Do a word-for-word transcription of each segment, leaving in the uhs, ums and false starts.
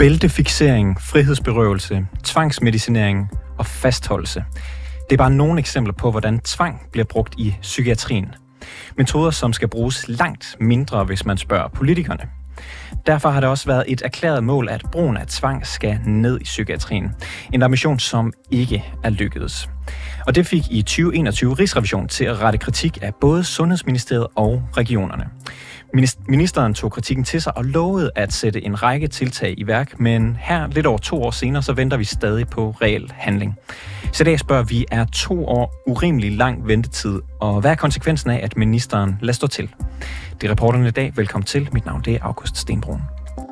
Bæltefiksering, frihedsberøvelse, tvangsmedicinering og fastholdelse. Det er bare nogle eksempler på, hvordan tvang bliver brugt i psykiatrien. Metoder, som skal bruges langt mindre, hvis man spørger politikerne. Derfor har det også været et erklæret mål, at brugen af tvang skal ned i psykiatrien. En ambition, som ikke er lykkedes. Og det fik i tyve enogtyve Rigsrevisionen til at rette kritik af både Sundhedsministeriet og regionerne. Ministeren tog kritikken til sig og lovede at sætte en række tiltag i værk, men her lidt over to år senere, så venter vi stadig på reel handling. Så i dag spørger vi, er to år urimelig lang ventetid, og hvad er konsekvensen af, at ministeren lader stå til? Det er reporterne i dag. Velkommen til. Mit navn det er August Stenbrun.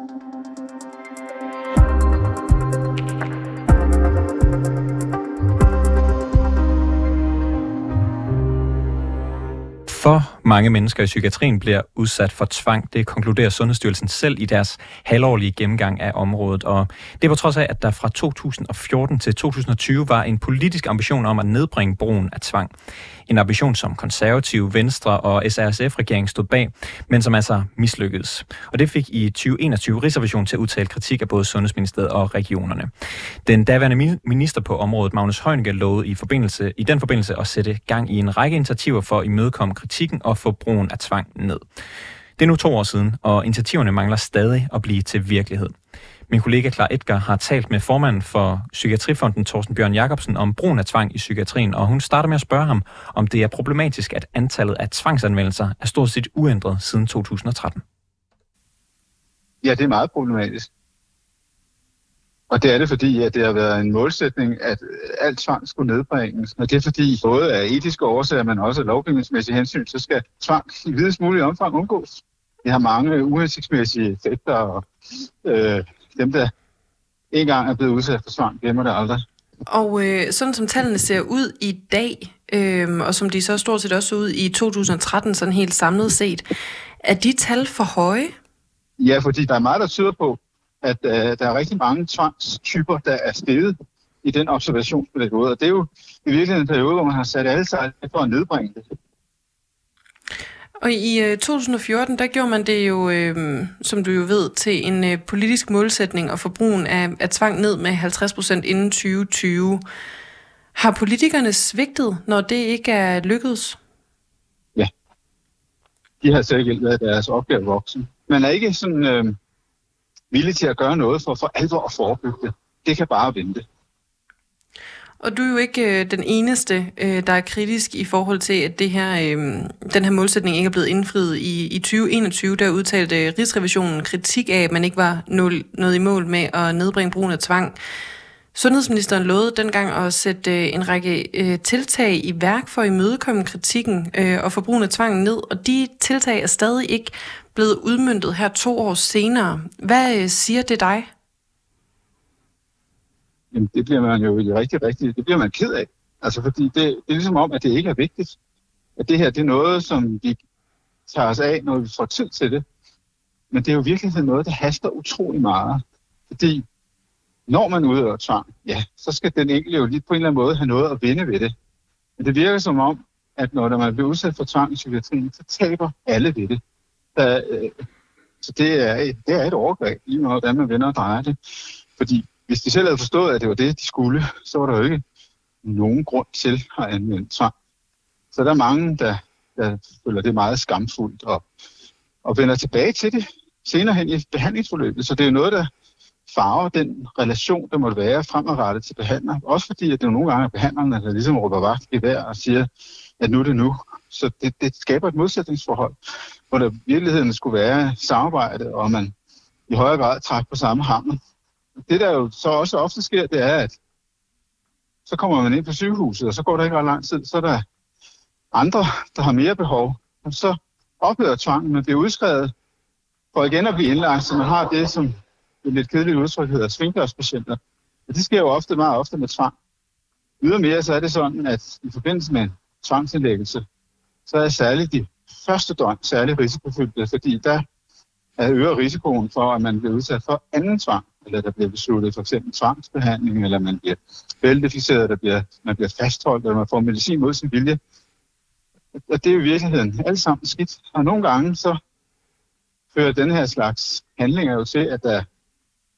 For mange mennesker i psykiatrien bliver udsat for tvang. Det konkluderer Sundhedsstyrelsen selv i deres halvårlige gennemgang af området. Og det er på trods af, at der fra to tusind og fjorten til to tusind og tyve var en politisk ambition om at nedbringe brugen af tvang. En ambition, som Konservative, Venstre og S R S F-regeringen stod bag, men som altså mislykkedes. Og det fik i tyve enogtyve Rigsrevisionen til at udtale kritik af både Sundhedsministeriet og regionerne. Den daværende minister på området, Magnus Heunicke, lovede i, forbindelse, i den forbindelse at sætte gang i en række initiativer for at imødekomme kritikken og få brugen af tvang ned. Det er nu to år siden, og initiativerne mangler stadig at blive til virkelighed. Min kollega Clara Edgar har talt med formanden for Psykiatrifonden, Torsten Bjørn Jacobsen, om brugen af tvang i psykiatrien, og hun starter med at spørge ham, om det er problematisk, at antallet af tvangsanvendelser er stort set uændret siden to tusind og tretten. Ja, det er meget problematisk. Og det er det, fordi at det har været en målsætning, at alt tvang skulle nedbringes. Og det er fordi, både af etiske årsager, men også af lovgivningsmæssige hensyn, så skal tvang i videst mulig omfang undgås. Det har mange uhensigtsmæssige effekter, og øh, dem, der en gang er blevet udsat for tvang, glemmer det aldrig. Og øh, sådan som tallene ser ud i dag, øh, og som de så stort set også så ud i to tusind og tretten, sådan helt samlet set, er de tal for høje? Ja, fordi der er meget, der tyder på, at øh, der er rigtig mange tvangstyper, der er steget i den observationsperiode. Og det er jo i virkeligheden en periode, hvor man har sat alle sig for at nedbringe det. Og i øh, to tusind og fjorten, der gjorde man det jo, øh, som du jo ved, til en øh, politisk målsætning at få brugen af, af tvang ned med halvtreds procent inden tyve tyve. Har politikerne svigtet, når det ikke er lykkedes? Ja. De har sikkert været deres opgave voksen. Man er ikke sådan øh, villig til at gøre noget for for alvor at forebygge det. Det kan bare vente. Og du er jo ikke øh, den eneste, øh, der er kritisk i forhold til, at det her, øh, den her målsætning ikke er blevet indfriet. I, i tyve enogtyve, der udtalte Rigsrevisionen kritik af, at man ikke var nået i mål med at nedbringe brugen af tvang. Sundhedsministeren lovede dengang at sætte øh, en række øh, tiltag i værk for at imødekomme kritikken øh, og få brugen af tvang ned, og de tiltag er stadig ikke blevet udmøntet her to år senere. Hvad øh, siger det dig? Jamen, det bliver man jo rigtig, rigtig, det bliver man ked af. Altså, fordi det, det er ligesom om, at det ikke er vigtigt. At det her, det er noget, som vi tager os af, når vi får tid til det. Men det er jo virkelig noget, der haster utrolig meget. Fordi når man udøver tvang, ja, så skal den enkelte jo lige på en eller anden måde have noget at vinde ved det. Men det virker som om, at når man bliver udsat for tvang i psykiatrien, så taber alle ved det. Der, øh, så det er, det er et overgreb, lige meget hvordan man vender og drejer det. Fordi hvis de selv havde forstået, at det var det, de skulle, så var der jo ikke nogen grund til at anvende tvang. Så der er mange, der, der føler det meget skamfuldt og, og vender tilbage til det senere hen i behandlingsforløbet. Så det er jo noget, der farver den relation, der måtte være fremadrettet til behandler. Også fordi, at det er nogle gange behandlerne, der ligesom råber vagt i vejr og siger, at nu er det nu. Så det, det skaber et modsætningsforhold, hvor der i virkeligheden skulle være samarbejde, og man i højere grad trækker på samme hammer. Det, der jo så også ofte sker, det er, at så kommer man ind på sygehuset, og så går der ikke ret lang tid, så er der andre, der har mere behov. Og så ophører tvangen, man bliver udskrevet for igen at blive indlagt, så man har det, som et lidt kedeligt udtryk hedder svingdørspatienter. Og det sker jo ofte meget ofte med tvang. Ydermere så er det sådan, at i forbindelse med en tvangsindlæggelse, så er særligt de første døgn særligt risikofyldte, fordi der er øger risikoen for, at man bliver udsat for anden tvang, eller der bliver besluttet for eksempel tvangsbehandling, eller man bliver bæltefikseret, der bliver, man bliver fastholdt, eller man får medicin mod sin vilje. Og det er jo i virkeligheden alt sammen skidt. Og nogle gange så fører den her slags handlinger jo til, at der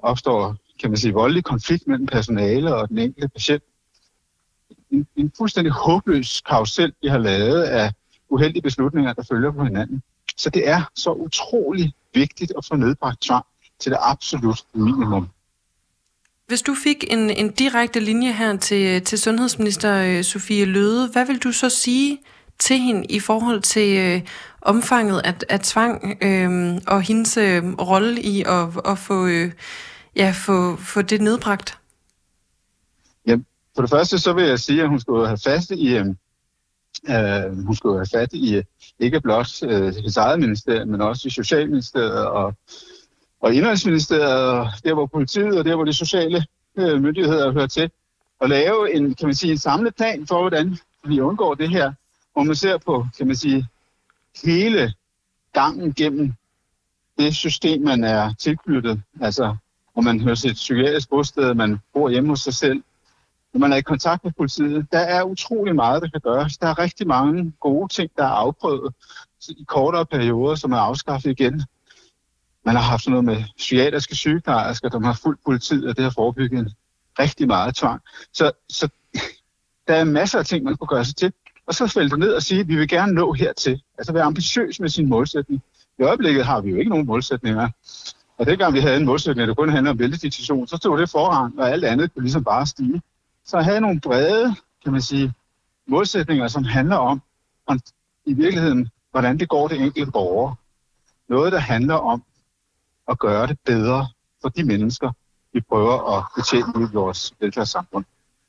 opstår, kan man sige, voldelig konflikt mellem personale og den enkelte patient. En, en fuldstændig håbløs karusel, vi har lavet af uheldige beslutninger, der følger på hinanden. Så det er så utrolig vigtigt at få nedbragt tvang til det absolut minimum. Hvis du fik en, en direkte linje her til, til sundhedsminister Sophie Løhde, hvad vil du så sige til hende i forhold til øh, omfanget af, af tvang øh, og hendes øh, rolle i at, at få, øh, ja, få, få det nedbragt? Ja, for det første så vil jeg sige, at hun skulle have fat i, øh, hun skulle have fat i ikke blot øh, hendes eget ministerium, men også i Socialministeriet og, og Indrigsministeriet, og der hvor politiet og der hvor de sociale øh, myndigheder hører til, og lave en, kan man sige, en samlet plan for, hvordan vi undgår det her. Hvor man ser på, kan man sige, hele gangen gennem det system, man er tilknyttet. Altså, om man hører til et psykiatrisk bosted, man bor hjemme hos sig selv, når man er i kontakt med politiet. Der er utrolig meget, der kan gøres. Der er rigtig mange gode ting, der er afprøvet i kortere perioder, som er afskaffet igen. Man har haft sådan noget med psykiatriske sygeplejersker, der har fulgt politiet, og det har forebygget rigtig meget tvang. Så, så der er masser af ting, man kunne gøre sig til. Og så falde ned og sige, at vi vil gerne nå hertil. Altså være ambitiøs med sin målsætning. I øjeblikket har vi jo ikke nogen målsætninger. Og dengang vi havde en målsætning, der kun handler om bæltediktation, så stod det forrang, og alt andet kunne ligesom bare stige. Så jeg havde nogle brede, kan man sige, målsætninger, som handler om, om i virkeligheden, hvordan det går det enkelte borger. Noget, der handler om at gøre det bedre for de mennesker, vi prøver at betjene i vores velfærdssamfund.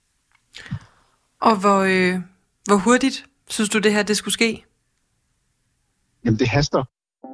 Og hvor... Øh Hvor hurtigt synes du, det her det skulle ske? Jamen, det haster.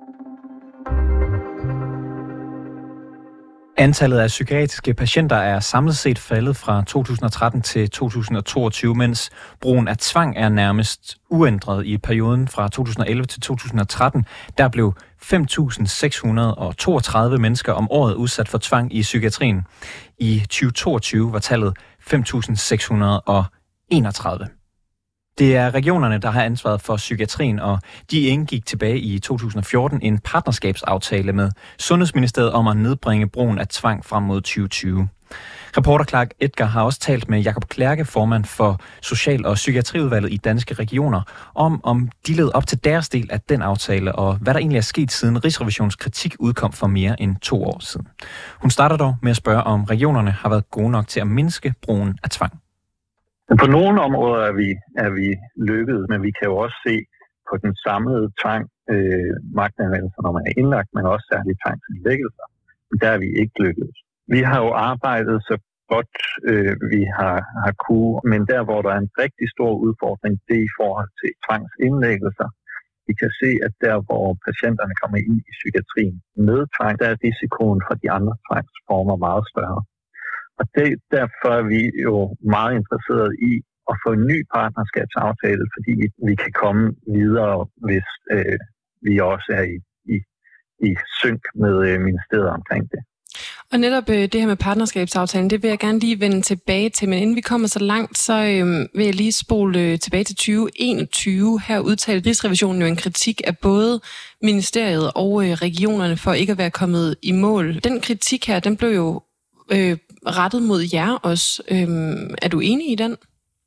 Antallet af psykiatriske patienter er samlet set faldet fra to tusind og tretten til to tusind og toogtyve, mens brugen af tvang er nærmest uændret i perioden fra to tusind og elleve til to tusind og tretten. Der blev fem tusind seks hundrede og toogtredive mennesker om året udsat for tvang i psykiatrien. I tyve toogtyve var tallet fem tusind seks hundrede og enogtredive. Det er regionerne, der har ansvaret for psykiatrien, og de indgik tilbage i to tusind og fjorten en partnerskabsaftale med Sundhedsministeriet om at nedbringe brugen af tvang frem mod tyve tyve. Reporter Clark Edgar har også talt med Jakob Klærke, formand for Social- og Psykiatriudvalget i Danske Regioner, om om de led op til deres del af den aftale, og hvad der egentlig er sket siden Rigsrevisionens kritik udkom for mere end to år siden. Hun starter dog med at spørge, om regionerne har været gode nok til at mindske brugen af tvang. På nogle områder er vi, er vi lykkedes, men vi kan jo også se på den samlede tvang, øh, magtanvendelse, når man er indlagt, men også særligt tvangsindlæggelser. Der er vi ikke lykkedes. Vi har jo arbejdet så godt, øh, vi har, har kunne, men der, hvor der er en rigtig stor udfordring, det er i forhold til tvangsindlæggelser. Vi kan se, at der, hvor patienterne kommer ind i psykiatrien med tvang, der er risikoen for de andre tvangsformer meget større. Og det, derfor er vi jo meget interesserede i at få en ny partnerskabsaftale, fordi vi, vi kan komme videre, hvis øh, vi også er i, i, i synk med øh, ministeriet omkring det. Og netop øh, det her med partnerskabsaftalen, det vil jeg gerne lige vende tilbage til, men inden vi kommer så langt, så øh, vil jeg lige spole øh, tilbage til tyve enogtyve. Her udtalte Rigsrevisionen jo en kritik af både ministeriet og øh, regionerne for ikke at være kommet i mål. Den kritik her, den blev jo øh, rettet mod jer også. Øhm, er du enig i den?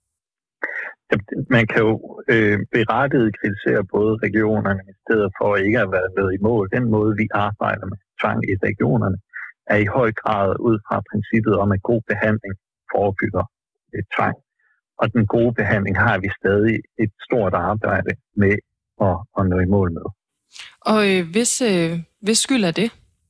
Man kan jo øh, berettiget kritisere både regionerne og ministeriet for ikke at være med i mål. Den måde, vi arbejder med tvang i regionerne, er i høj grad ud fra princippet om, at god behandling forebygger øh, tvang. Og den gode behandling har vi stadig et stort arbejde med at, at nå i mål med. Og øh, hvis, øh, hvis skyld er det?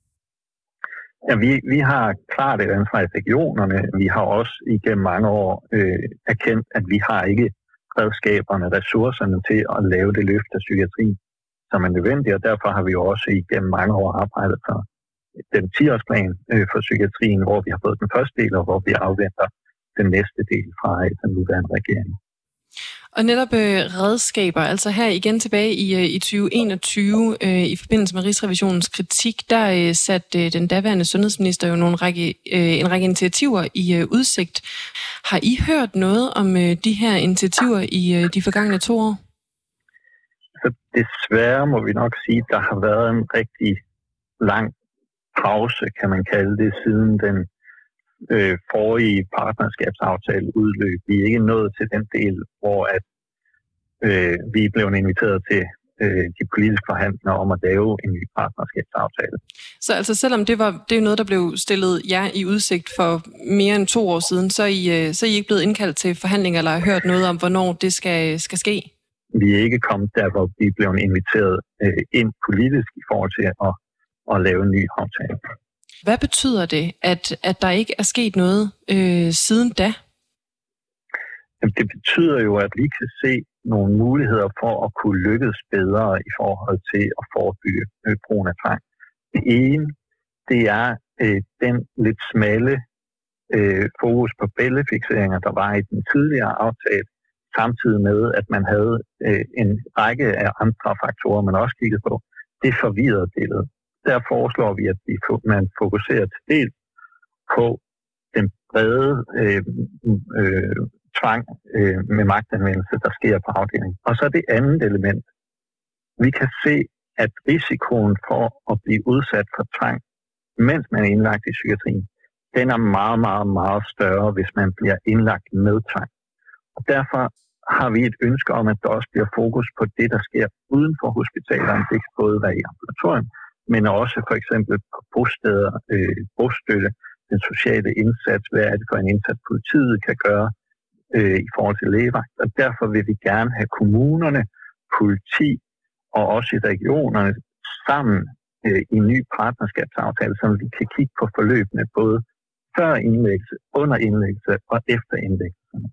Ja, vi, vi har klart et ansvar i regionerne. Vi har også igennem mange år øh, erkendt, at vi har ikke redskaberne, ressourcerne til at lave det løft af psykiatrien, som er nødvendigt, og derfor har vi jo også igennem mange år arbejdet for den ti-årsplan øh, for psykiatrien, hvor vi har fået den første del, og hvor vi afventer den næste del fra den nuværende regering. Og netop øh, redskaber, altså her igen tilbage i, øh, i tyve enogtyve, øh, i forbindelse med Rigsrevisionens kritik, der øh, satte øh, den daværende sundhedsminister jo nogle række, øh, en række initiativer i øh, udsigt. Har I hørt noget om øh, de her initiativer i øh, de forgangne to år? Så desværre må vi nok sige, at der har været en rigtig lang pause, kan man kalde det, siden den øh, forrige partnerskabsaftale udløb. Vi er ikke nået til den del, hvor at, øh, vi blev inviteret til øh, de politiske forhandlinger om at lave en ny partnerskabsaftale. Så altså selvom det var det er noget, der blev stillet jer i udsigt for mere end to år siden, så er I, så er I ikke blevet indkaldt til forhandlinger eller har hørt noget om, hvornår det skal, skal ske? Vi er ikke kommet der, hvor vi blev inviteret øh, ind politisk i forhold til at, at lave en ny aftale. Hvad betyder det, at, at der ikke er sket noget øh, siden da? Jamen, det betyder jo, at vi kan se nogle muligheder for at kunne lykkes bedre i forhold til at forebygge øh, brugen af tvang. Det ene, det er øh, den lidt smalle øh, fokus på bæltefikseringer, der var i den tidligere aftale, samtidig med, at man havde øh, en række af andre faktorer, man også kiggede på. Det forvirrede billedet. Der foreslår vi, at vi, man fokuserer til dels på den brede øh, øh, tvang øh, med magtanvendelse, der sker på afdelingen. Og så det andet element. Vi kan se, at risikoen for at blive udsat for tvang, mens man er indlagt i psykiatrien, den er meget, meget, meget større, hvis man bliver indlagt med tvang. Og derfor har vi et ønske om, at der også bliver fokus på det, der sker uden for hospitalerne. Det kan både være i ambulatorium, men også for eksempel på bosteder, øh, bostøtte, den sociale indsats, hvad er det for en indsats, politiet kan gøre øh, i forhold til lægevagt. Og derfor vil vi gerne have kommunerne, politi og også i regionerne sammen øh, i en ny partnerskabsaftale, så vi kan kigge på forløbene både før indlæggelse, under indlæggelse og efter indlæggelserne.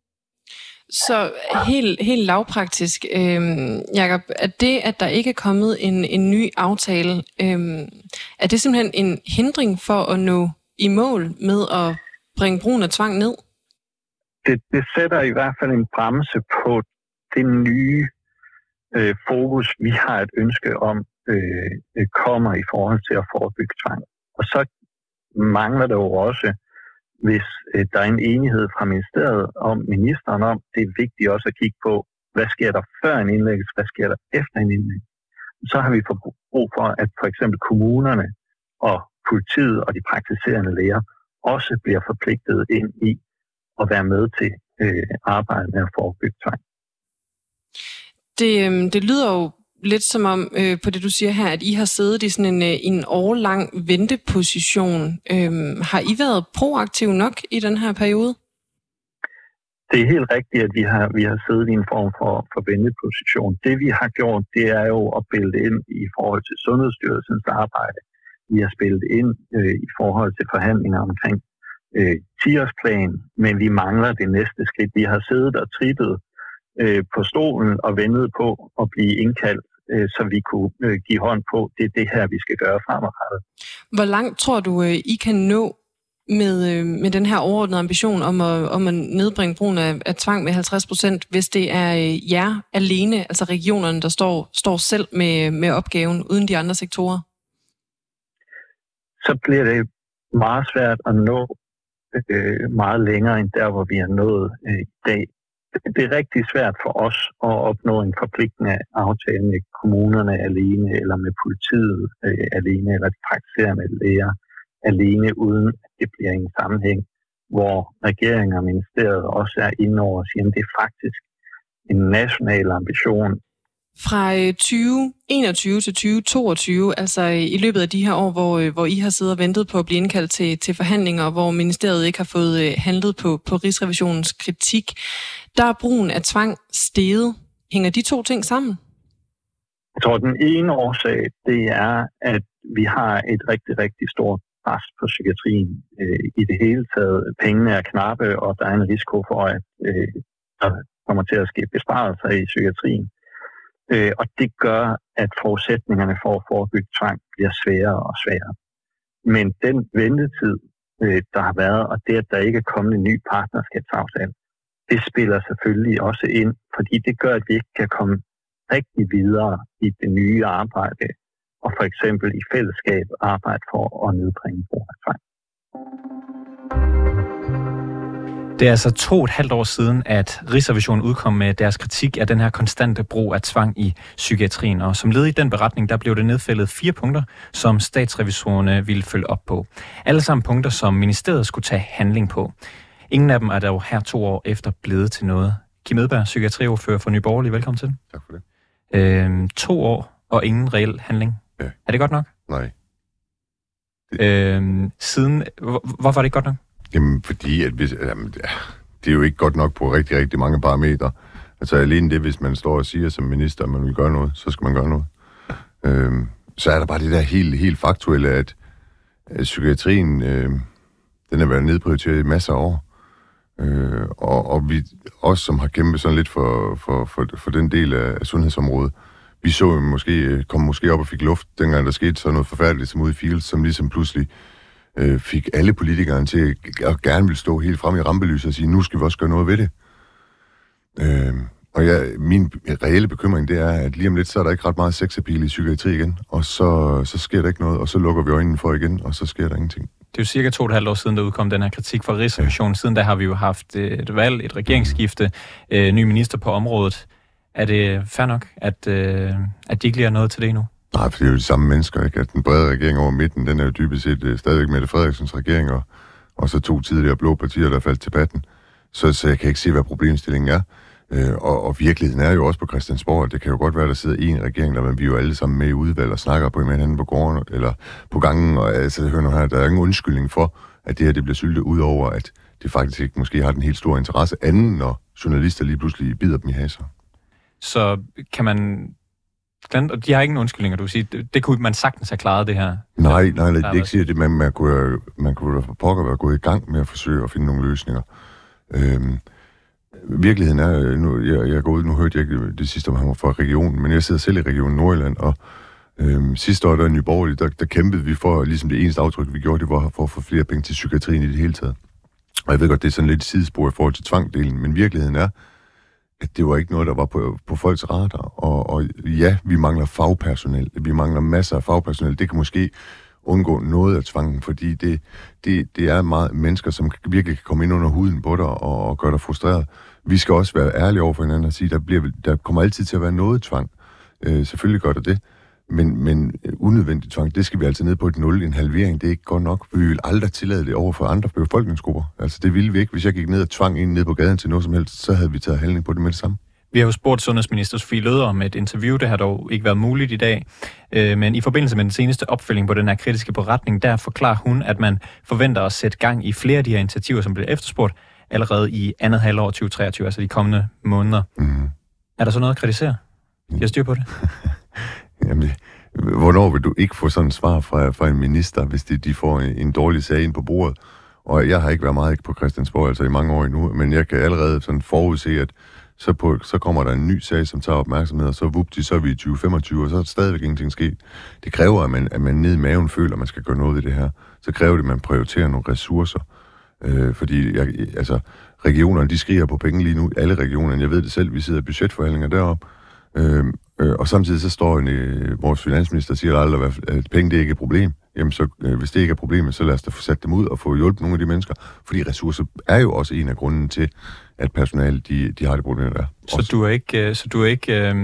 Så helt, helt lavpraktisk, øh, Jakob, er det, at der ikke er kommet en, en ny aftale, øh, er det simpelthen en hindring for at nå i mål med at bringe brugen af tvang ned? Det, det sætter i hvert fald en bremse på det nye øh, fokus, vi har et ønske om, øh, kommer i forhold til at forebygge tvang. Og så mangler der jo også, hvis øh, der er en enighed fra ministeriet om ministeren om, det er vigtigt også at kigge på, hvad sker der før en indlæggelse, hvad sker der efter en indlæggelse. Så har vi brug for, at for eksempel kommunerne og politiet og de praktiserende læger også bliver forpligtet ind i at være med til øh, arbejdet med at forebygge tvang. Det, øh, det lyder jo lidt som om, øh, på det du siger her, at I har siddet i sådan en, en årlang venteposition. Øh, har I været proaktiv nok i den her periode? Det er helt rigtigt, at vi har, vi har siddet i en form for, for venteposition. Det vi har gjort, det er jo at spille ind i forhold til Sundhedsstyrelsens arbejde. Vi har spillet ind øh, i forhold til forhandlinger omkring øh, ti-årsplan, men vi mangler det næste skridt. Vi har siddet og trippet øh, på stolen og ventet på at blive indkaldt, øh, så vi kunne øh, give hånd på, det er det her, vi skal gøre fremadrettet. Hvor langt tror du, øh, I kan nå med, øh, med den her overordnede ambition om at, om at nedbringe brugen af, af tvang med halvtreds procent, hvis det er øh, jer alene, altså regionerne, der står, står selv med, med opgaven, uden de andre sektorer? Så bliver det meget svært at nå øh, meget længere end der, hvor vi er nået øh, i dag. Det er rigtig svært for os at opnå en forpligtende aftale med kommunerne alene, eller med politiet øh, alene, eller de praktiserende læger alene, uden at det bliver en sammenhæng, hvor regeringen og ministeriet også er inde over og siger, at det er faktisk en national ambition. Fra tyve enogtyve til tyve toogtyve, altså i løbet af de her år, hvor, hvor I har siddet og ventet på at blive indkaldt til, til forhandlinger, hvor ministeriet ikke har fået handlet på, på Rigsrevisionens kritik, der er brugen af tvang steget. Hænger de to ting sammen? Jeg tror, den ene årsag, det er, at vi har et rigtig, rigtig stort pres på psykiatrien. Øh, I det hele taget, pengene er knappe, og der er en risiko for, at øh, der kommer til at ske besparelser i psykiatrien. Øh, og det gør, at forudsætningerne for at forebygge tvang bliver sværere og sværere. Men den ventetid, øh, der har været, og det, at der ikke er kommet en ny partnerskabsaftale, det spiller selvfølgelig også ind, fordi det gør, at vi ikke kan komme rigtig videre i det nye arbejde, og for eksempel i fællesskab arbejde for at nedbringe brug af tvang. Det er altså to og et halvt år siden, at Rigsrevisionen udkom med deres kritik af den her konstante brug af tvang i psykiatrien. Og som led i den beretning, der blev det nedfældet fire punkter, som statsrevisorerne ville følge op på. Alle sammen punkter, som ministeriet skulle tage handling på. Ingen af dem er dog her to år efter blevet til noget. Kim Edberg, psykiatriordfører for Nye Borgerlige. Velkommen til. Tak for det. Øhm, to år og ingen reel handling. Ja. Er det godt nok? Nej. Det... Øhm, siden... Hvor, hvorfor er det ikke godt nok? Jamen, fordi at hvis, jamen, det er jo ikke godt nok på rigtig, rigtig mange parametre. Altså alene det, hvis man står og siger som minister, at man vil gøre noget, så skal man gøre noget. Øhm, så er der bare det der helt, helt faktuelle, at, at psykiatrien, øh, den er været nedprioriteret i masser af år. Øh, og, og vi, os, som har kæmpet sådan lidt for, for, for, for den del af sundhedsområdet, vi så jo måske, kom måske op og fik luft, dengang der skete sådan noget forfærdeligt som ude i Fields, som ligesom pludselig øh, fik alle politikerne til at gerne vil stå helt frem i rampelyset og sige, nu skal vi også gøre noget ved det. Øh, og ja, min reelle bekymring, det er, at lige om lidt, så er der ikke ret meget sexappeal i psykiatri igen, og så, så sker der ikke noget, og så lukker vi øjnene for igen, og så sker der ingenting. Det er jo cirka to og et halvt år siden, der udkom den her kritik fra Rigsrevisionen. Siden da har vi jo haft et valg, et regeringsskifte, øh, ny minister på området. Er det fair nok, at, øh, at de ikke lige har noget til det endnu? Nej, for det er jo de samme mennesker, ikke? At den brede regering over midten, den er jo dybest set uh, stadigvæk Mette Frederiksens regering, og, og så to tidligere blå partier, der er faldt til batten. Så, så jeg kan ikke se, hvad problemstillingen er. Øh, og, og virkeligheden er jo også på Christiansborg, at det kan jo godt være, at der sidder en regering, der men vi er jo alle sammen med i udvalg og snakker på hinanden på gården eller på gangen. Og altså, hør nu her, der er ingen undskyldning for, at det her det bliver syltet ud over, at det faktisk ikke måske har den helt store interesse, anden når journalister lige pludselig bider dem i haser. Så kan man... De har ingen undskyldninger, du vil sige. Det, det kunne man sagtens have klaret, det her. Nej, nej, det er ikke sige, at man, man kunne, man kunne for pokker være gået i gang med at forsøge at finde nogle løsninger. Øhm, virkeligheden er, nu, jeg, jeg går ud, nu hørte jeg ikke det sidste om ham fra regionen, men jeg sidder selv i regionen Nordjylland, og øhm, sidste år der i Nye Borgerlige, der, der kæmpede vi for, ligesom det eneste aftryk, vi gjorde, det var for at få flere penge til psykiatrien i det hele taget. Og jeg ved godt, det er sådan lidt sidespor i forhold til tvangdelen, men virkeligheden er, at det var ikke noget, der var på, på folks radar. Og, og ja, vi mangler fagpersonel. Vi mangler masser af fagpersonel. Det kan måske undgå noget af tvangen, fordi det, det, det er meget mennesker, som virkelig kan komme ind under huden på dig og, og gøre dig frustreret. Vi skal også være ærlige over for hinanden og sige, at der, bliver, der kommer altid til at være noget tvang. Øh, selvfølgelig gør der det. Men, men unødvendig tvang, det skal vi altså ned på et nul, en halvering, det er ikke godt nok. Vi vil aldrig tillade det over for andre befolkningsgrupper. Altså det ville vi ikke. Hvis jeg gik ned og tvang en ned på gaden til noget som helst, så havde vi taget handling på det med det samme. Vi har jo spurgt sundhedsminister Sophie Løhde om et interview, det har dog ikke været muligt i dag. Men i forbindelse med den seneste opfølging på den her kritiske beretning, der forklarer hun, at man forventer at sætte gang i flere af de her initiativer, som bliver efterspurgt, allerede i andet halvår tyve treogtyve, altså de kommende måneder. Mm. Er der så noget at kritisere? Jeg styr på det. Jamen, hvornår vil du ikke få sådan et svar fra, fra en minister, hvis de, de får en, en dårlig sag ind på bordet? Og jeg har ikke været meget på Christiansborg, altså i mange år endnu, men jeg kan allerede sådan forudse, at så, på, så kommer der en ny sag, som tager opmærksomhed, og så vupti, så er vi i tyve femogtyve, og så er der stadigvæk ingenting sket. Det kræver, at man, at man ned i maven føler, at man skal gøre noget ved det her. Så kræver det, at man prioriterer nogle ressourcer. Øh, fordi jeg, altså, regionerne, de skriger på penge lige nu, alle regionerne. Jeg ved det selv, vi sidder i budgetforhandlinger deroppe. Øh, øh, og samtidig så står en, øh, vores finansminister og siger aldrig, at penge det er ikke et problem. Jamen så, øh, hvis det ikke er problemet, så lad os da få sat dem ud og få hjulpet nogle af de mennesker. Fordi ressourcer er jo også en af grunden til, at personalet, de, de har det problem der. Så du er ikke, så du er ikke øh,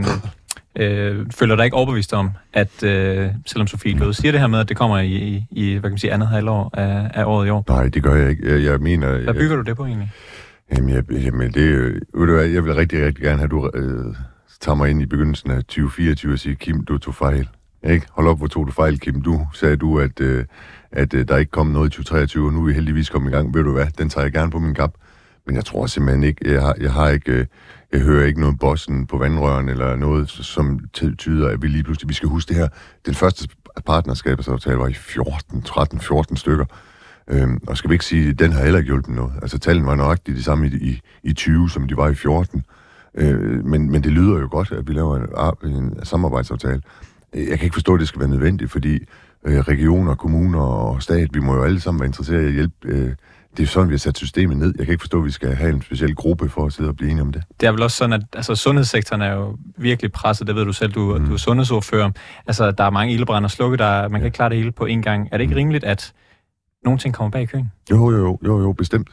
øh, føler dig ikke overbevist om, at øh, selvom Sophie Løhde siger det her med, at det kommer i, i hvad kan man sige, andet halvår af, af året i år? Nej, det gør jeg ikke. Jeg, jeg mener... Hvad bygger jeg, du det på egentlig? Jamen, jeg, jamen det, ved du hvad, jeg vil rigtig, rigtig gerne have, at du øh, tager mig ind i begyndelsen af tyve fireogtyve og siger, Kim, du tog fejl. Ikke? Hold op, hvor tog du fejl, Kim. Du sagde du, at, øh, at øh, der ikke kom noget i tyve treogtyve, og nu er vi heldigvis kommet i gang. Ved du hvad, den tager jeg gerne på min kap. Men jeg tror simpelthen ikke, jeg har, jeg har ikke, øh, jeg hører ikke noget bossen på vandrøren, eller noget, som tyder, at vi lige pludselig, vi skal huske det her. Den første partnerskabsaftale var i fjorten, tretten, fjorten stykker. Øhm, og skal vi ikke sige, at den har heller ikke hjulpet noget. Altså tallene var nøjagtigt de samme i, i, i tyve, som de var i fjorten. Øh, men, men det lyder jo godt, at vi laver en, en samarbejdsaftale. Jeg kan ikke forstå, at det skal være nødvendigt, fordi øh, regioner, kommuner og stat, vi må jo alle sammen være interesseret i at hjælpe. Øh, det er sådan, vi har sat systemet ned. Jeg kan ikke forstå, at vi skal have en speciel gruppe for at sidde og blive enige om det. Det er vel også sådan, at altså, sundhedssektoren er jo virkelig presset. Det ved du selv, du, mm. du er sundhedsordfører. Altså, der er mange ildebrænder slukket, der man kan ikke klare det hele på én gang. Er det ikke rimeligt, at nogle ting kommer bag i køen? Jo, jo, jo, jo, jo bestemt.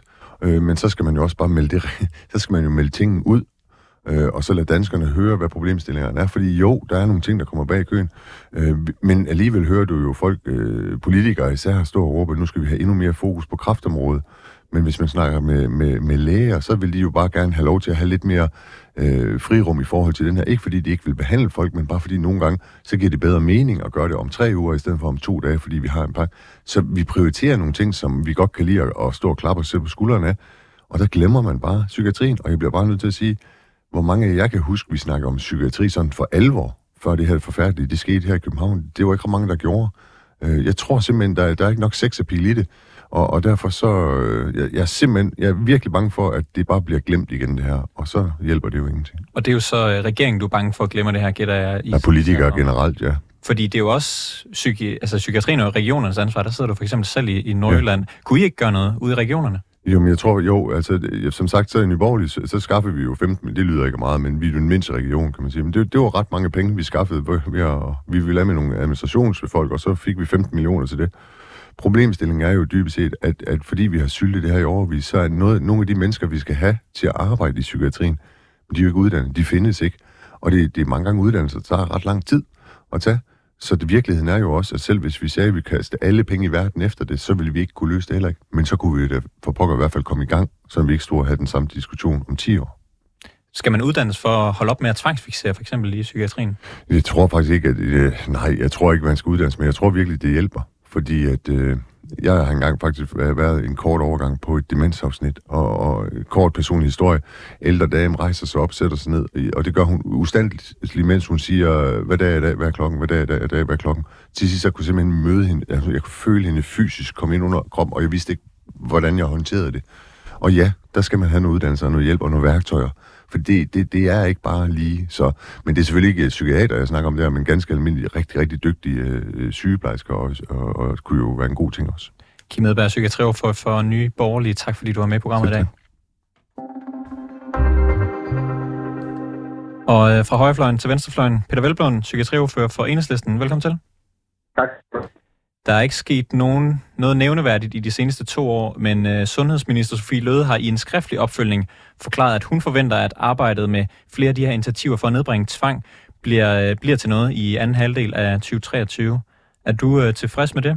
Øh, men så skal man jo også bare melde det, så skal man jo melde tingene ud, øh, og så lade danskerne høre, hvad problemstillingerne er. Fordi jo, der er nogle ting, der kommer bag i køen, øh, men alligevel hører du jo folk, øh, politikere især, stå og råbe, at nu skal vi have endnu mere fokus på kræftområdet. Men hvis man snakker med, med, med læger, så vil de jo bare gerne have lov til at have lidt mere øh, frirum i forhold til den her. Ikke fordi de ikke vil behandle folk, men bare fordi nogle gange, så giver det bedre mening at gøre det om tre uger, i stedet for om to dage, fordi vi har en pakke. Så vi prioriterer nogle ting, som vi godt kan lide at stå og klappe og sætte på skuldrene af. Og der glemmer man bare psykiatrien. Og jeg bliver bare nødt til at sige, hvor mange af jer kan huske, vi snakker om psykiatri sådan for alvor, før det her forfærdelige, det skete her i København. Det var ikke mange, der gjorde. Jeg tror simpelthen, der, der er ikke nok sexappeal i det. Og, og derfor så, øh, jeg, jeg er simpelthen, jeg er virkelig bange for, at det bare bliver glemt igen det her, og så hjælper det jo ingenting. Og det er jo så øh, regeringen, du er bange for at glemme det her, gætter jeg. I ja, politikere generelt, ja. Fordi det er jo også psyki, altså psykiatrien og regionernes ansvar. Der sidder du for eksempel selv i, i Nordjylland. Ja. Kunne I ikke gøre noget ude i regionerne? Jo, men jeg tror, jo, altså, som sagt, så i Nye Borgerlige, så, så skaffede vi jo femten, det lyder ikke meget, men vi er jo den mindste region, kan man sige. Men det, det var ret mange penge, vi skaffede ved at, vi ville have med nogle administrationsfolk, og så fik vi femten millioner til det. Problemstillingen er jo dybest set, at, at fordi vi har syltet det her i overvis, så er noget, nogle af de mennesker, vi skal have til at arbejde i psykiatrien, de er jo ikke uddannet, de findes ikke. Og det, det er mange gange uddannelser, der tager ret lang tid at tage. Så det virkeligheden er jo også, at selv hvis vi sagde, at vi kaste alle penge i verden efter det, så ville vi ikke kunne løse det heller ikke. Men så kunne vi da for pokker i hvert fald komme i gang, så vi ikke stod og have den samme diskussion om ti år. Skal man uddannes for at holde op med at tvangsfiksere, for eksempel i psykiatrien? Jeg tror faktisk ikke, at... Øh, nej, jeg tror ikke, man skal uddannes, men jeg tror virkelig, det hjælper. Fordi at... Øh, jeg har engang faktisk været en kort overgang på et demensafsnit, og, og kort personlig historie. Ældre dame rejser sig op, sætter sig ned, og det gør hun ustandeligt, mens hun siger, hvad dag er i dag, hvad er klokken, hvad dag er i dag, hvad er klokken. Til sidst, jeg kunne simpelthen møde hende, altså, jeg kunne føle hende fysisk komme ind under kroppen, og jeg vidste ikke, hvordan jeg håndterede det. Og ja, der skal man have noget uddannelse og noget hjælp og nogle værktøjer, for det, det, det er ikke bare lige så. Men det er selvfølgelig ikke psykiater, jeg snakker om det her, men ganske almindelige, rigtig, rigtig dygtige øh, sygeplejersker, og, og, og det kunne jo være en god ting også. Kim Edberg, psykiatriordfører for Nye Borgerlige. Tak fordi du var med i programmet i dag. Og øh, fra højrefløjen til venstrefløjen, Peter Hvelplund, psykiatriordfører for Enhedslisten. Velkommen til. Tak. Der er ikke sket nogen, noget nævneværdigt i de seneste to år, men øh, sundhedsminister Sophie Løhde har i en skriftlig opfølgning forklaret, at hun forventer, at arbejdet med flere af de her initiativer for at nedbringe tvang bliver, øh, bliver til noget i anden halvdel af tyve treogtyve. Er du øh, tilfreds med det?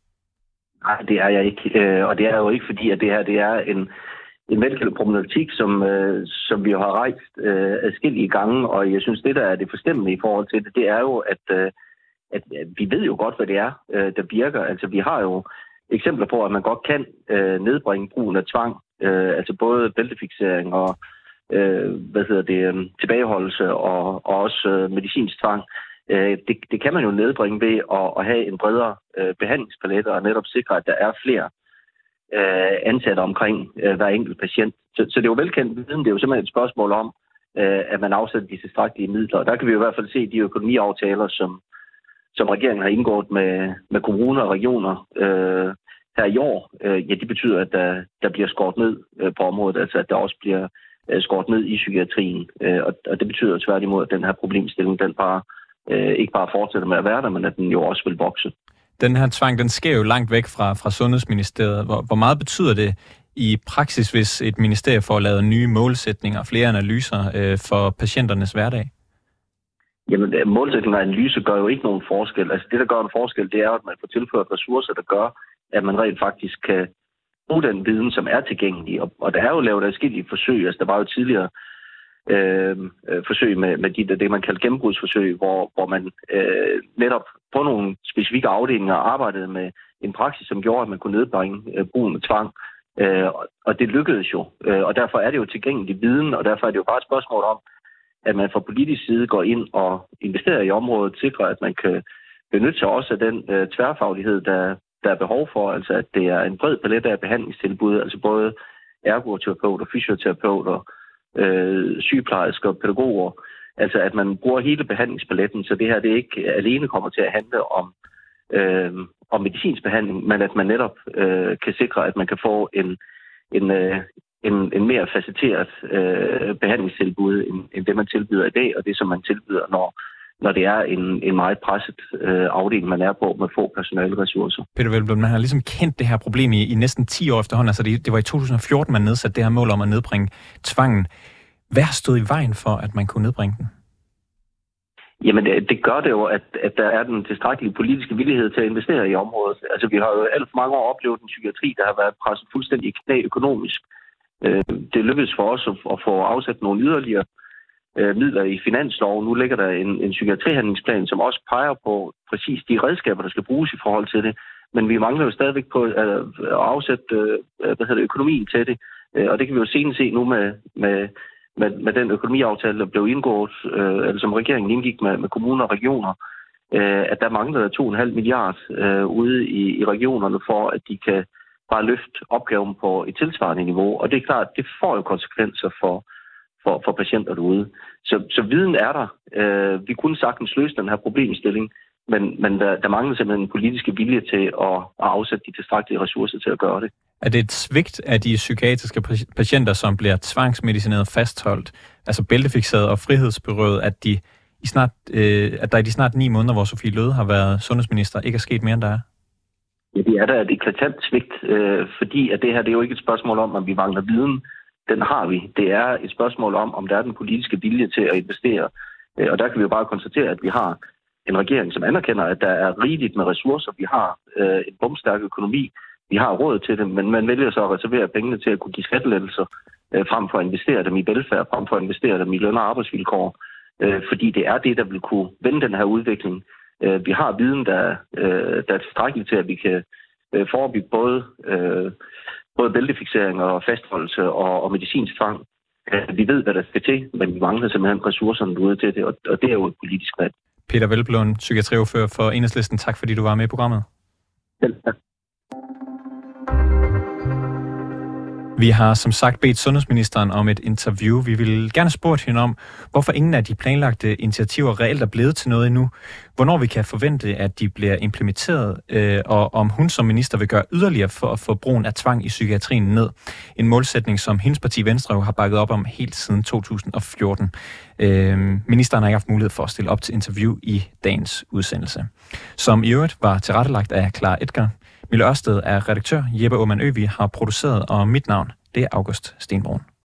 Nej, det er jeg ikke. Øh, og det er jo ikke fordi, at det her det er en, en velkendt problematik, som, øh, som vi har rejst øh, adskillige gange. Og jeg synes, det der er det forstemmende i forhold til det, det er jo, at øh, at vi ved jo godt, hvad det er, der virker. Altså, vi har jo eksempler på, at man godt kan øh, nedbringe brugen af tvang. Øh, altså både bæltefiksering og øh, hvad hedder det, øh, tilbageholdelse og, og også øh, medicinsk tvang. Øh, det, det kan man jo nedbringe ved at, at have en bredere øh, behandlingspalet og netop sikre, at der er flere øh, ansatte omkring øh, hver enkelt patient. Så, så det er jo velkendt viden. Det er jo simpelthen et spørgsmål om, øh, at man afsætter de tilstrækkelige midler. Og der kan vi jo i hvert fald se de økonomiaftaler, som som regeringen har indgået med, med kommuner og regioner øh, her i år, øh, ja, det betyder, at der, der bliver skåret ned øh, på området, altså at der også bliver øh, skåret ned i psykiatrien. Øh, og, og det betyder tværtimod, at den her problemstilling, den bare øh, ikke bare fortsætter med at være der, men at den jo også vil vokse. Den her tvang, den sker jo langt væk fra, fra Sundhedsministeriet. Hvor, hvor meget betyder det i praksis, hvis et ministerie får lavet nye målsætninger og flere analyser øh, for patienternes hverdag? Jamen, målsætning og analyse gør jo ikke nogen forskel. Altså, det, der gør en forskel, det er, at man får tilført ressourcer, der gør, at man rent faktisk kan bruge den viden, som er tilgængelig. Og, og der er jo lavet adskillige forsøg. Altså, der var jo tidligere øh, forsøg med, med de, det, man kalder gennembrudsforsøg, hvor, hvor man øh, netop på nogle specifikke afdelinger arbejdede med en praksis, som gjorde, at man kunne nedbringe øh, brugen af tvang. Øh, og det lykkedes jo. Øh, og derfor er det jo tilgængelig viden, og derfor er det jo bare et spørgsmål om, at man fra politisk side går ind og investerer i området, sikrer, at man kan benytte sig også af den øh, tværfaglighed, der, der er behov for. Altså, at det er en bred palet af behandlingstilbud, altså både ergoterapeuter, fysioterapeuter, øh, sygeplejersker og pædagoger. Altså, at man bruger hele behandlingspaletten, så det her det ikke alene kommer til at handle om, øh, om medicinsk behandling, men at man netop øh, kan sikre, at man kan få en, en, øh, En, en mere facetteret øh, behandlingstilbud, end, end det, man tilbyder i dag, og det, som man tilbyder, når når det er en, en meget presset øh, afdeling, man er på med få personaleressourcer. Peter Hvelplund, man har ligesom kendt det her problem i, i næsten ti år efterhånden. Altså det, det var i to tusind og fjorten, man nedsatte det her mål om at nedbringe tvangen. Hvad har stået i vejen for, at man kunne nedbringe den? Jamen, det, det gør det jo, at, at der er den tilstrækkelige politiske villighed til at investere i området. Altså, vi har jo alt for mange år oplevet en psykiatri, der har været presset fuldstændig i knæ økonomisk. Øh, det lykkedes for os at, at få afsat nogle yderligere øh, midler i finansloven. Nu ligger der en, en psykiatrihandlingsplan, som også peger på præcis de redskaber, der skal bruges i forhold til det. Men vi mangler jo stadigvæk på at, at afsætte øh, hvad hedder det, økonomien til det. Øh, og det kan vi jo senest se nu med... med Med, med den økonomiaftale, der blev indgået, øh, eller som regeringen indgik med, med kommuner og regioner, øh, at der mangler to komma fem milliard øh, ude i, i regionerne for, at de kan bare løfte opgaven på et tilsvarende niveau. Og det er klart, det får jo konsekvenser for, for, for patienter derude. Så, så viden er der. Øh, vi kunne sagtens løse den her problemstilling, men, men der, der mangler simpelthen en politiske vilje til at, at afsætte de tilstrækkelige ressourcer til at gøre det. Er det et svigt af de psykiatriske patienter, som bliver tvangsmedicineret fastholdt, altså bæltefikseret og frihedsberøvet, at, de i snart, øh, at der i de snart ni måneder, hvor Sophie Løhde har været sundhedsminister, ikke er sket mere, end der er? Ja, det er da et eklatant svigt, øh, fordi at det her det er jo ikke et spørgsmål om, at vi mangler viden. Den har vi. Det er et spørgsmål om, om der er den politiske vilje til at investere. Øh, og der kan vi jo bare konstatere, at vi har en regering, som anerkender, at der er rigeligt med ressourcer. Vi har øh, en bomstærk økonomi. Vi har råd til det, men man vælger så at reservere pengene til at kunne give skattelettelser øh, frem for at investere dem i velfærd, frem for at investere dem i løn- og arbejdsvilkår. Øh, fordi det er det, der vil kunne vende den her udvikling. Øh, vi har viden, der, øh, der er tilstrækkeligt til, at vi kan øh, forebygge både, øh, både bæltefiksering og fastholdelse og, og medicinsk tvang. Øh, vi ved, hvad der skal til, men vi mangler simpelthen ressourcerne ude til det, og, og det er jo et politisk valg. Peter Hvelplund, psykiatriordfører for Enhedslisten. Tak fordi du var med i programmet. Selv tak. Vi har som sagt bedt sundhedsministeren om et interview. Vi vil gerne spurgt hende om, hvorfor ingen af de planlagte initiativer reelt er blevet til noget endnu, hvornår vi kan forvente, at de bliver implementeret, øh, og om hun som minister vil gøre yderligere for at få brugen af tvang i psykiatrien ned. En målsætning, som hendes parti Venstre har bakket op om helt siden to tusind og fjorten. Øh, ministeren har ikke haft mulighed for at stille op til interview i dagens udsendelse, som i øvrigt var tilrettelagt af Clara Edgar. Mille Ørsted er redaktør, Jeppe Aumann Øvig har produceret, og mit navn, det er August Stenbrun.